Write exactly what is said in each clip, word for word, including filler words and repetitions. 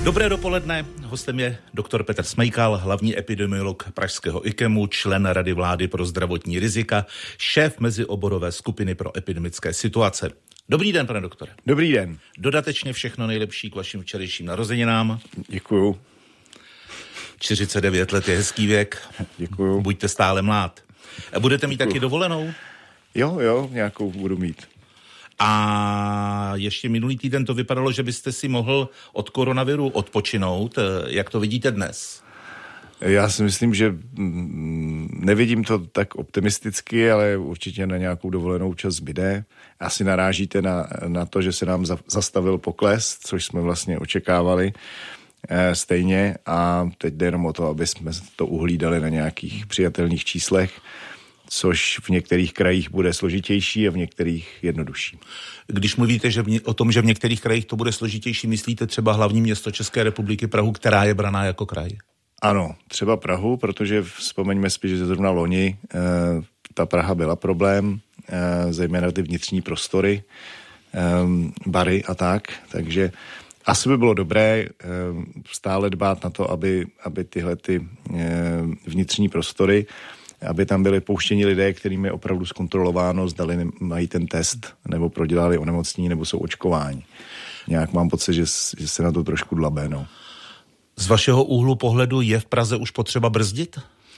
Dobré dopoledne, hostem je doktor Petr Smejkal, hlavní epidemiolog pražského IKEMu, člen Rady vlády pro zdravotní rizika, šéf mezioborové skupiny pro epidemické situace. Dobrý den, pane doktore. Dobrý den. Dodatečně všechno nejlepší k vašim včerejším narozeninám. Děkuju. čtyřicet devět let je hezký věk. Děkuju. Buďte stále mlád. A budete mít Děkuju. taky dovolenou? Jo, jo, nějakou budu mít. A ještě minulý týden to vypadalo, že byste si mohl od koronaviru odpočinout. Jak to vidíte dnes? Já si myslím, že nevidím to tak optimisticky, ale určitě na nějakou dovolenou čas zbyde. Asi narážíte na, na to, že se nám za, zastavil pokles, což jsme vlastně očekávali e, stejně a teď jde jenom o to, aby jsme to uhlídali na nějakých přijatelných číslech, což v některých krajích bude složitější a v některých jednodušší. Když mluvíte že v, o tom, že v některých krajích to bude složitější, myslíte třeba hlavní město České republiky Prahu, která je braná jako kraj? Ano, třeba Prahu, protože vzpomeňme si, že zrovna loni e, ta Praha byla problém, e, zejména ty vnitřní prostory, e, bary a tak, takže asi by bylo dobré e, stále dbát na to, aby, aby tyhle ty e, vnitřní prostory, aby tam byli pouštěni lidé, kterým je opravdu zkontrolováno, zdali mají ten test, nebo prodělali onemocnění, nebo jsou očkováni. Nějak mám pocit, že, že se na to trošku dlabe, no. Z vašeho úhlu pohledu je v Praze už potřeba brzdit?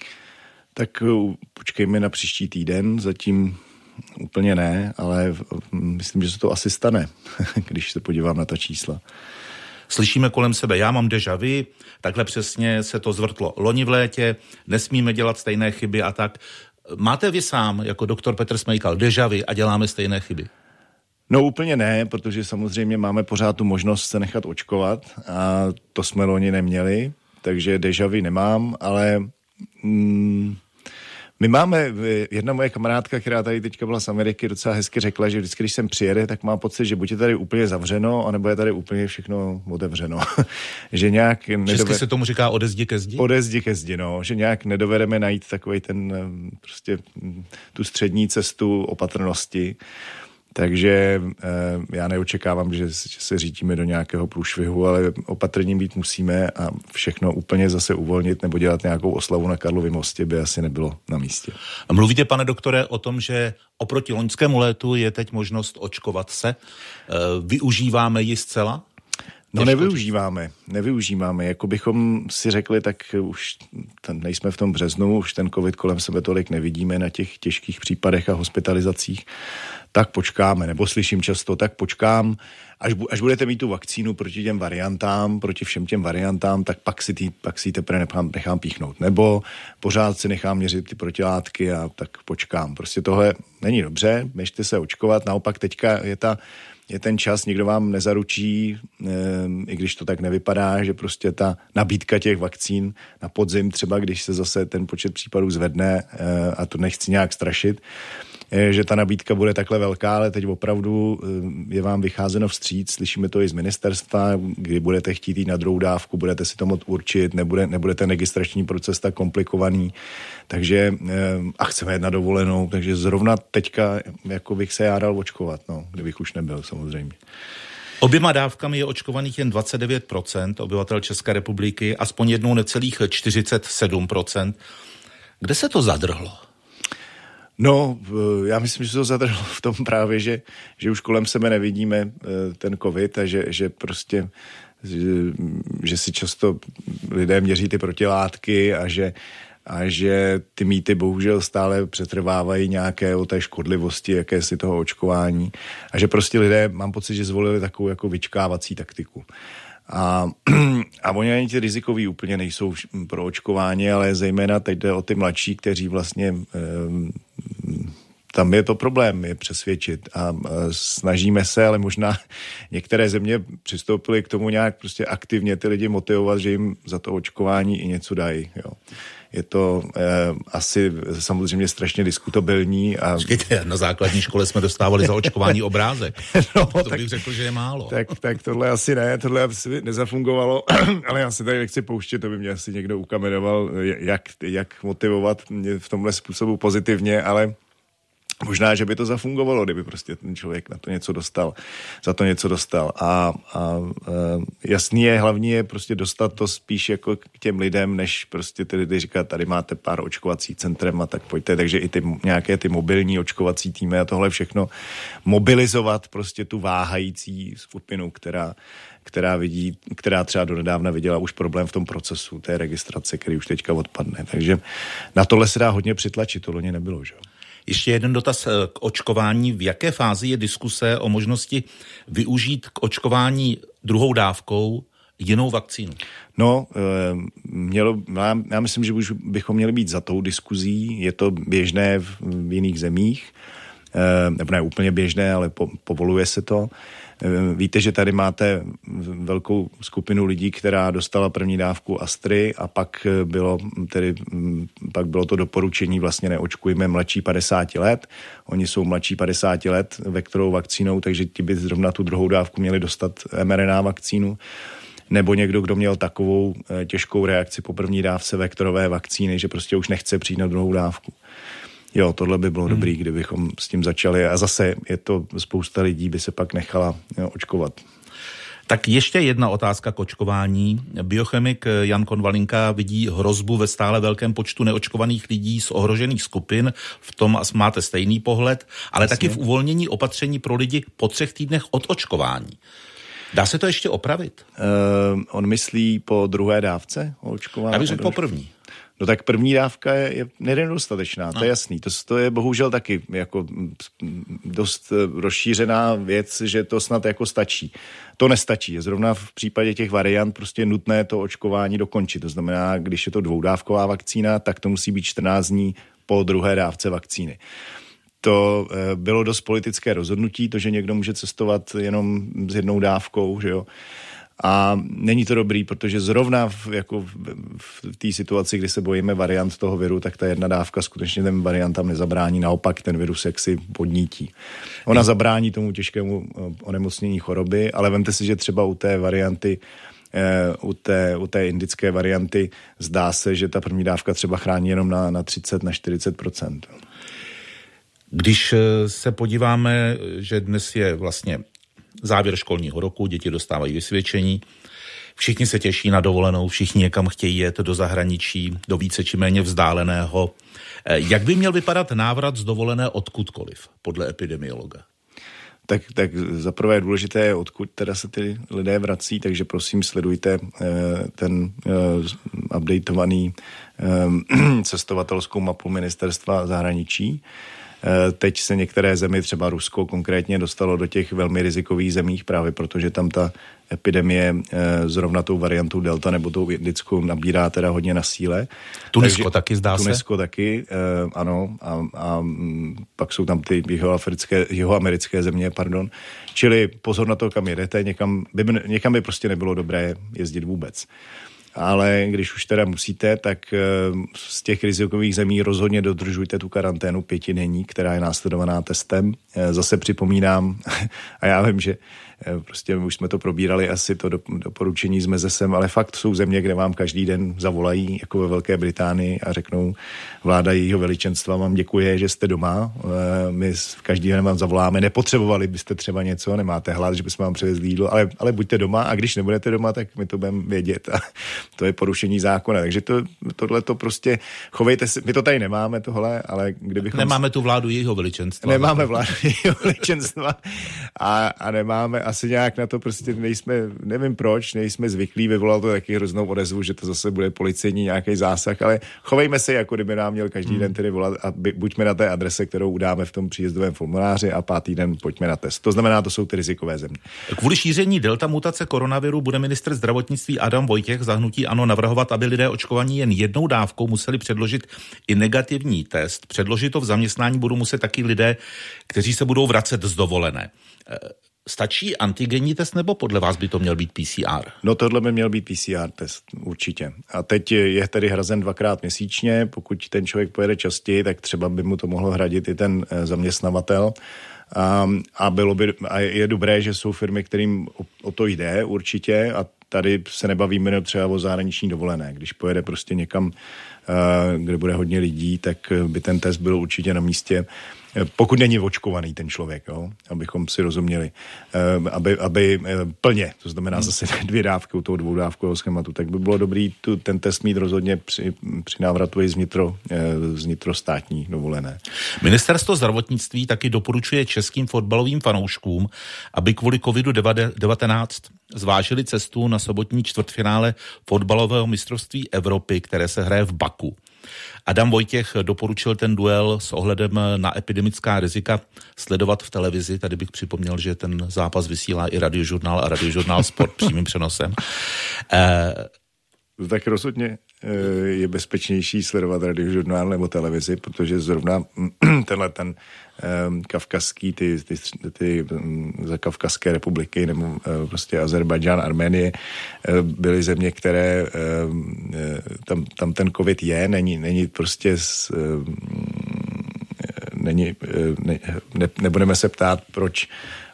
Tak počkejme na příští týden, zatím úplně ne, ale myslím, že se to asi stane, když se podívám na ta čísla. Slyšíme kolem sebe, já mám déjà vu, takhle přesně se to zvrtlo loni v létě, nesmíme dělat stejné chyby a tak. Máte vy sám, jako doktor Petr Smejkal, déjà vu a děláme stejné chyby? No úplně ne, protože samozřejmě máme pořád tu možnost se nechat očkovat a to jsme loni neměli, takže déjà vu nemám, ale mm, my máme, jedna moje kamarádka, která tady teďka byla z Ameriky, docela hezky řekla, že vždycky, když sem přijede, tak má pocit, že buď je tady úplně zavřeno, anebo je tady úplně všechno otevřeno. Že nějak nedoved... Česky se tomu říká ode zdi ke zdi? Ode zdi ke zdi, no. Že nějak nedovedeme najít takovej ten, prostě tu střední cestu opatrnosti. Takže eh, já neočekávám, že, že se řítíme do nějakého průšvihu, ale opatrně být musíme a všechno úplně zase uvolnit nebo dělat nějakou oslavu na Karlově mostě by asi nebylo na místě. A mluvíte, pane doktore, o tom, že oproti loňskému létu je teď možnost očkovat se. E, využíváme ji zcela? No nevyužíváme, nevyužíváme. Jako bychom si řekli, tak už ten, nejsme v tom březnu, už ten covid kolem sebe tolik nevidíme na těch těžkých případech a hospitalizacích, tak počkáme, nebo slyším často, tak počkám, až, bu, až budete mít tu vakcínu proti těm variantám, proti všem těm variantám, tak pak si, tý, pak si teprve nechám, nechám píchnout. Nebo pořád si nechám měřit ty protilátky a tak počkám. Prostě tohle není dobře, běžte se očkovat, naopak teďka je ta je ten čas, nikdo vám nezaručí, e, i když to tak nevypadá, že prostě ta nabídka těch vakcín na podzim, třeba když se zase ten počet případů zvedne, e, a to nechci nějak strašit, e, že ta nabídka bude takhle velká, ale teď opravdu e, je vám vycházeno vstříc, slyšíme to i z ministerstva, kdy budete chtít jít na druhou dávku, budete si to moct určit, nebude, nebude ten registrační proces tak komplikovaný, takže e, a chceme jít na dovolenou, takže zrovna teďka jako bych se já dal očkovat, no, kdybych už nebyl samozřejmě. Oběma dávkami je očkovaných jen dvacet devět procent obyvatel České republiky, aspoň jednou necelých čtyřicet sedm procent. Kde se to zadrhlo? No, já myslím, že se to zadrhlo v tom právě, že, že už kolem sebe nevidíme ten covid a že, že prostě že, že si často lidé měří ty protilátky a že a že ty mýty bohužel stále přetrvávají nějaké o té škodlivosti, jakési toho očkování a že prostě lidé, mám pocit, že zvolili takovou jako vyčkávací taktiku. A, a oni ani ti rizikoví úplně nejsou pro očkování, ale zejména teď jde o ty mladší, kteří vlastně eh, tam je to problém je přesvědčit a, a snažíme se, ale možná některé země přistoupily k tomu nějak prostě aktivně ty lidi motivovat, že jim za to očkování i něco dají, jo. Je to eh, asi samozřejmě strašně diskutabilní. A... Počkejte, na základní škole jsme dostávali za očkování obrázek. No, to tak, bych řekl, že je málo. Tak, tak tohle asi ne, tohle asi nezafungovalo, ale já se tady nechci pouštět, to by mě asi někdo ukameroval, jak, jak motivovat mě v tomhle způsobu pozitivně, ale Možná, že by to zafungovalo, kdyby prostě ten člověk na to něco dostal, za to něco dostal. A, a, a jasný je, hlavní je prostě dostat to spíš jako k těm lidem, než prostě tedy říkat, tady máte pár očkovacích centrem a tak pojďte, takže i ty nějaké ty mobilní očkovací týmy a tohle všechno mobilizovat prostě tu váhající skupinu, která která vidí, která třeba donedávna viděla už problém v tom procesu té registrace, který už teďka odpadne. Takže na tohle se dá hodně přitlačit, to loni nebylo, že? Ještě jeden dotaz k očkování. V jaké fázi je diskuse o možnosti využít k očkování druhou dávkou jinou vakcínu? No, mělo, já myslím, že už bychom měli být za tou diskuzí. Je to běžné v jiných zemích, nebo ne úplně běžné, ale po, povoluje se to. Víte, že tady máte velkou skupinu lidí, která dostala první dávku Astry a pak bylo, tedy, pak bylo to doporučení, vlastně neočkujme mladší padesát let. Oni jsou mladší padesát let vektorovou vakcínou, takže ti by zrovna tu druhou dávku měli dostat em er en á vakcínu. Nebo někdo, kdo měl takovou těžkou reakci po první dávce vektorové vakcíny, že prostě už nechce přijít na druhou dávku. Jo, tohle by bylo hmm. dobrý, kdybychom s tím začali. A zase je to, spousta lidí by se pak nechala jo, očkovat. Tak ještě jedna otázka k očkování. Biochemik Jan Konvalinka vidí hrozbu ve stále velkém počtu neočkovaných lidí z ohrožených skupin. V tom máte stejný pohled, ale Jasně. taky v uvolnění opatření pro lidi po třech týdnech od očkování. Dá se to ještě opravit? Uh, on myslí po druhé dávce očkování? Já bych řekl po první. No tak první dávka je, je nedostatečná, to je jasný. To, to je bohužel taky jako dost rozšířená věc, že to snad jako stačí. To nestačí. Zrovna v případě těch variant prostě je nutné to očkování dokončit. To znamená, když je to dvoudávková vakcína, tak to musí být čtrnáct dní po druhé dávce vakcíny. To bylo dost politické rozhodnutí, to, že někdo může cestovat jenom s jednou dávkou, že jo. A není to dobrý, protože zrovna v, jako v, v té situaci, kdy se bojíme variant toho viru, tak ta jedna dávka skutečně ten variantám nezabrání, naopak ten virus jaksi podnítí. Ona zabrání tomu těžkému onemocnění choroby, ale vemte si, že třeba u té varianty, u té, u té indické varianty zdá se, že ta první dávka třeba chrání jenom na, na třicet, na čtyřicet procent. Když se podíváme, že dnes je vlastně závěr školního roku, děti dostávají vysvědčení, všichni se těší na dovolenou, všichni někam chtějí jet do zahraničí, do více či méně vzdáleného. Jak by měl vypadat návrat z dovolené odkudkoliv, podle epidemiologa? Tak, tak zaprvé je důležité, odkud teda se ty lidé vrací, takže prosím sledujte eh, ten eh, updateovaný eh, cestovatelskou mapu ministerstva zahraničí. Teď se některé země, třeba Rusko konkrétně, dostalo do těch velmi rizikových zemích, právě protože tam ta epidemie zrovna tou variantou Delta nebo tou indickou nabírá teda hodně na síle. Tunisko Takže, taky zdá Tunisko se? Tunisko taky, ano. A, a pak jsou tam ty jihoafrické, jihoamerické země, pardon. Čili pozor na to, kam jedete, někam by, někam by prostě nebylo dobré jezdit vůbec. Ale když už teda musíte, tak z těch rizikových zemí rozhodně dodržujte tu karanténu pětidenní, která je následovaná testem. Zase připomínám, a já vím, že prostě už jsme to probírali asi to doporučení s Mezesem, ale fakt jsou země, kde vám každý den zavolají, jako ve Velké Británii, a řeknou, vláda jejího veličenstva vám děkuje, že jste doma, my každý den vám zavoláme, nepotřebovali byste třeba něco, nemáte hlad, že bychom vám přivezli jídlo, ale, ale buďte doma, a když nebudete doma, tak my to budeme vědět. A to je porušení zákona. Takže to, tohle to prostě chovejte si, my to tady nemáme tohle, ale kdybychom... Nemáme tu vládu jejího veličenstva. Nemáme vládu jejího veličenstva a, a nemáme asi nějak na to, prostě nejsme, nevím proč, nejsme zvyklí, vyvolal to taky hroznou odezvu, že to zase bude policejní nějaký zásah, ale chovejme se, jako kdyby nám měl každý hmm. den tedy volat, a by, buďme na té adrese, kterou udáme v tom příjezdovém formuláři, a pátý den pojďme na test. To znamená, to jsou ty rizikové země. Kvůli šíření delta mutace koronaviru bude ministr zdravotnictví Adam Vojtěch za hnutí ANO navrhovat, aby lidé očkovaní jen jednou dávkou museli předložit i negativní test. Předložit to v zaměstnání budou muset taky lidé, kteří se budou vracet z dovolené. Stačí antigenní test, nebo podle vás by to měl být P C R? No tohle by měl být P C R test, určitě. A teď je tedy hrazen dvakrát měsíčně, pokud ten člověk pojede častěji, tak třeba by mu to mohlo hradit i ten zaměstnavatel. A, a, bylo by, a je dobré, že jsou firmy, kterým o, o to jde určitě, a tady se nebavíme třeba o zahraniční dovolené. Když pojede prostě někam kde bude hodně lidí, tak by ten test byl určitě na místě, pokud není očkovaný ten člověk, jo, abychom si rozuměli, aby, aby plně, to znamená zase dvě dávky u toho dvoudávkového schématu, tak by bylo dobrý tu, ten test mít rozhodně při, při návratu i z, vnitro, z vnitrostátní dovolené. Ministerstvo zdravotnictví taky doporučuje českým fotbalovým fanouškům, aby kvůli kovidu devatenáct zvážili cestu na sobotní čtvrtfinále fotbalového mistrovství Evropy, které se hraje v Baku. Adam Vojtěch doporučil ten duel s ohledem na epidemická rizika sledovat v televizi. Tady bych připomněl, že ten zápas vysílá i Radiožurnál a Radiožurnál Sport přímým přenosem. E... Tak rozhodně je bezpečnější sledovat Radiožurnál nebo televizi, protože zrovna tenhle ten um, kavkazský, ty, ty, ty um, zakavkazské republiky nebo uh, prostě Azerbajdžán, Arménie uh, byly země, které um, tam, tam ten covid je, není, není prostě s, um, není, ne, ne, nebudeme se ptát, proč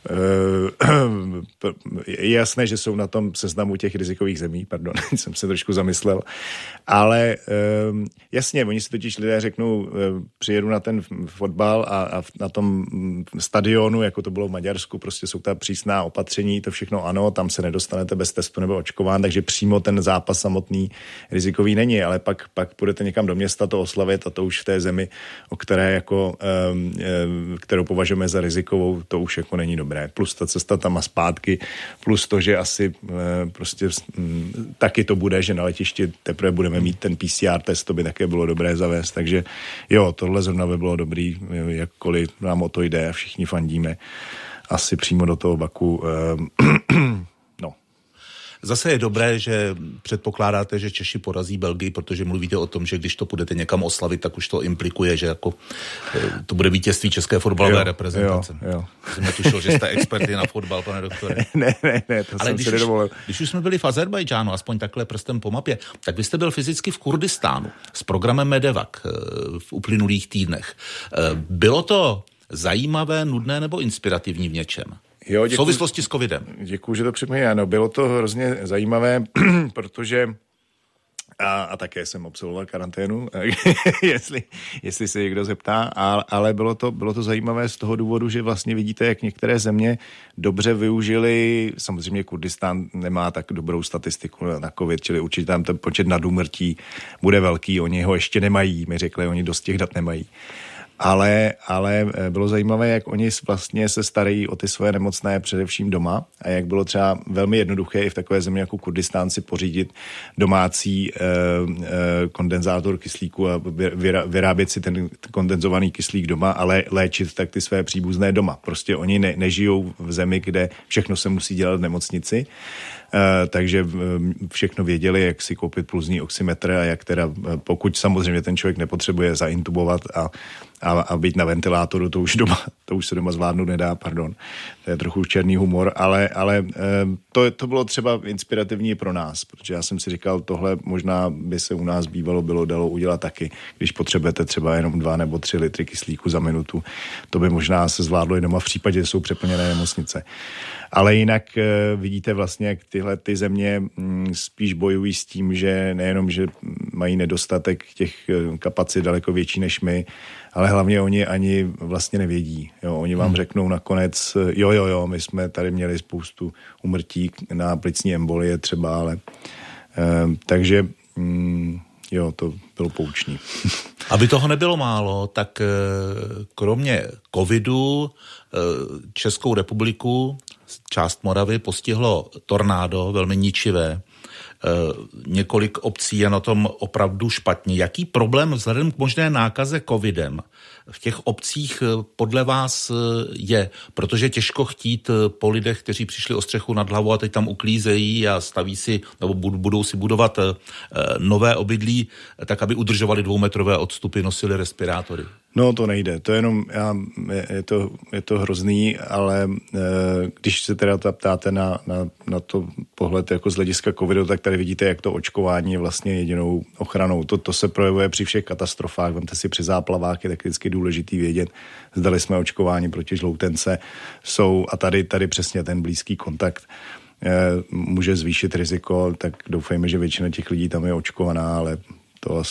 je jasné, že jsou na tom seznamu těch rizikových zemí, pardon, jsem se trošku zamyslel, ale jasně, oni si totiž lidé řeknou, přijedu na ten fotbal a, a na tom stadionu, jako to bylo v Maďarsku, prostě jsou ta přísná opatření, to všechno ano, tam se nedostanete bez testu nebo očkován, takže přímo ten zápas samotný rizikový není, ale pak, pak půjdete někam do města to oslavit a to už v té zemi, o které jako, kterou považujeme za rizikovou, to už jako není dobré. Plus ta cesta tam a zpátky, plus to, že asi e, prostě m, taky to bude, že na letišti teprve budeme mít ten P C R test, to by také bylo dobré zavést, takže jo, tohle zrovna by bylo dobrý, jakkoliv nám o to jde a všichni fandíme asi přímo do toho Baku. E, no. Zase je dobré, že předpokládáte, že Češi porazí Belgii, protože mluvíte o tom, že když to budete někam oslavit, tak už to implikuje, že jako to bude vítězství české fotbalové jo, reprezentace. Jo, jo. Jsem netušil, že jste experty na fotbal, pane doktore. Ne, ne, ne, to ale jsem když si nedovolil. Už, když už jsme byli v Azerbajdžánu, aspoň takhle prstem po mapě, tak vy jste byl fyzicky v Kurdistánu s programem Medevac v uplynulých týdnech. Bylo to zajímavé, nudné nebo inspirativní v něčem? Jo, děkuji, v souvislosti s covidem. Děkuji, že to připomíná. No, bylo to hrozně zajímavé, protože a, a také jsem absolvoval karanténu, jestli, jestli se někdo zeptá, a, ale bylo to, bylo to zajímavé z toho důvodu, že vlastně vidíte, jak některé země dobře využili, samozřejmě Kurdistán nemá tak dobrou statistiku na covid, čili určitě tam ten počet nadúmrtí bude velký, oni ho ještě nemají, mi řekli, oni dost těch dat nemají. Ale, ale bylo zajímavé, jak oni vlastně se starají o ty svoje nemocné především doma a jak bylo třeba velmi jednoduché i v takové zemi jako Kurdistán si pořídit domácí eh, eh, kondenzátor kyslíku a vyrábět si ten kondenzovaný kyslík doma, ale léčit tak ty své příbuzné doma. Prostě oni ne, nežijou v zemi, kde všechno se musí dělat v nemocnici. Uh, takže všechno věděli, jak si koupit pulzní oximetr a jak teda, pokud samozřejmě ten člověk nepotřebuje zaintubovat a, a, a být na ventilátoru, to už doma, to už se doma zvládnout nedá, pardon. To je trochu černý humor, ale, ale to, to bylo třeba inspirativní pro nás, protože já jsem si říkal, tohle možná by se u nás bývalo bylo dalo udělat taky, když potřebujete třeba jenom dva nebo tři litry kyslíku za minutu. To by možná se zvládlo i doma v případě, že jsou přeplněné nemocnice. Ale jinak vidíte vlastně, jak tyhle ty země spíš bojují s tím, že nejenom, že mají nedostatek těch kapacit daleko větší než my, ale hlavně oni ani vlastně nevědí. Jo, oni vám hmm. řeknou nakonec, jo, jo, jo, my jsme tady měli spoustu úmrtí na plicní embolie třeba, ale eh, takže hm, jo, to bylo poučný. Aby toho nebylo málo, tak kromě covidu Českou republiku, část Moravy, postihlo tornádo, velmi ničivé. Několik obcí je na tom opravdu špatně. Jaký problém vzhledem k možné nákaze covidem v těch obcích podle vás je? Protože těžko chtít po lidech, kteří přišli o střechu nad hlavou a teď tam uklízejí a staví si, nebo budou si budovat nové obydlí, tak aby udržovali dvoumetrové odstupy, nosili respirátory. No to nejde, to je jenom, já, je, to, je to hrozný, ale e, když se teda ptáte na, na, na to pohled jako z hlediska covidu, tak tady vidíte, jak to očkování je vlastně jedinou ochranou. To, to se projevuje při všech katastrofách, vemte si při záplavách, je tak vždycky důležitý vědět, zdali jsme očkováni proti žloutence, jsou a tady, tady přesně ten blízký kontakt e, může zvýšit riziko, tak doufejme, že většina těch lidí tam je očkovaná, ale to asi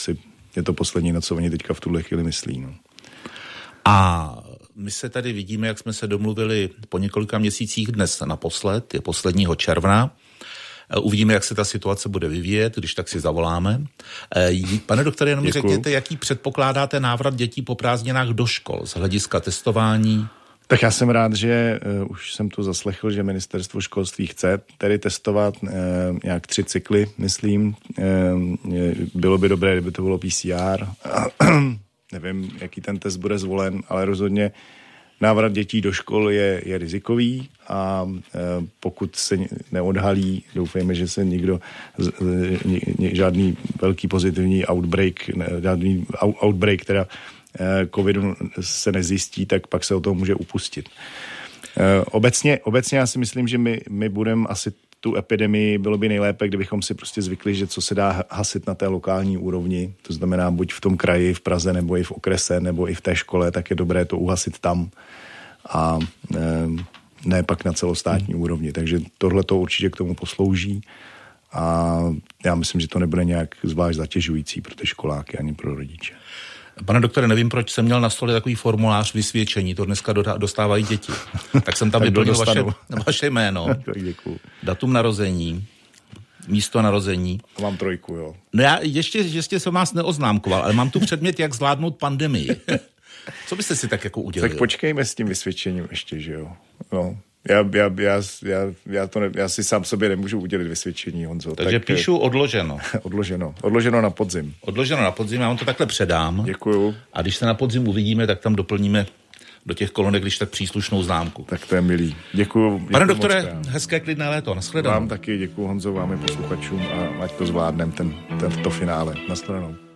je to poslední, na co oni teďka v tuhle chvíli myslí. No. A my se tady vidíme, jak jsme se domluvili po několika měsících dnes naposled, je posledního června. Uvidíme, jak se ta situace bude vyvíjet, když tak si zavoláme. Pane doktore, jenom mi řekněte, jaký předpokládáte návrat dětí po prázdninách do škol z hlediska testování? Tak já jsem rád, že uh, už jsem tu zaslechl, že ministerstvo školství chce tedy testovat uh, nějak tři cykly, myslím. Uh, bylo by dobré, kdyby to bylo P C R. Nevím, jaký ten test bude zvolen, ale rozhodně návrat dětí do škol je, je rizikový a uh, pokud se neodhalí, doufejme, že se nikdo, z, ně, ně, žádný velký pozitivní outbreak, ne, žádný outbreak, teda covidu se nezjistí, tak pak se o tom může upustit. Obecně, obecně já si myslím, že my, my budeme asi tu epidemii, bylo by nejlépe, kdybychom si prostě zvykli, že co se dá hasit na té lokální úrovni, to znamená buď v tom kraji, v Praze, nebo i v okrese, nebo i v té škole, tak je dobré to uhasit tam a ne pak na celostátní hmm. úrovni. Takže tohle to určitě k tomu poslouží a já myslím, že to nebude nějak zvlášť zatěžující pro ty školáky ani pro rodiče. Pane doktore, nevím, proč jsem měl na stole takový formulář vysvědčení, to dneska dostávají děti. Tak jsem tam vyplnil vaše, vaše jméno, datum narození, místo narození. A mám trojku, jo. No já ještě, ještě jsem vás neoznámkoval, ale mám tu předmět, jak zvládnout pandemii. Co byste si tak jako udělali? Tak počkejme s tím vysvědčením ještě, že jo. No. Já, já, já, já, já, to ne, já si sám sobě nemůžu udělit vysvědčení, Honzo. Takže tak, píšu odloženo. odloženo. Odloženo na podzim. Odloženo na podzim, já vám to takhle předám. Děkuju. A když se na podzim uvidíme, tak tam doplníme do těch kolonek, když tak příslušnou známku. Tak to je milý. Děkuju. Děkuju Pane doktore, moc, hezké klidné léto. Nashledanou. Vám taky děkuju, Honzo, vám i posluchačům a ať to zvládnem, ten, ten, to finále. Nashledanou.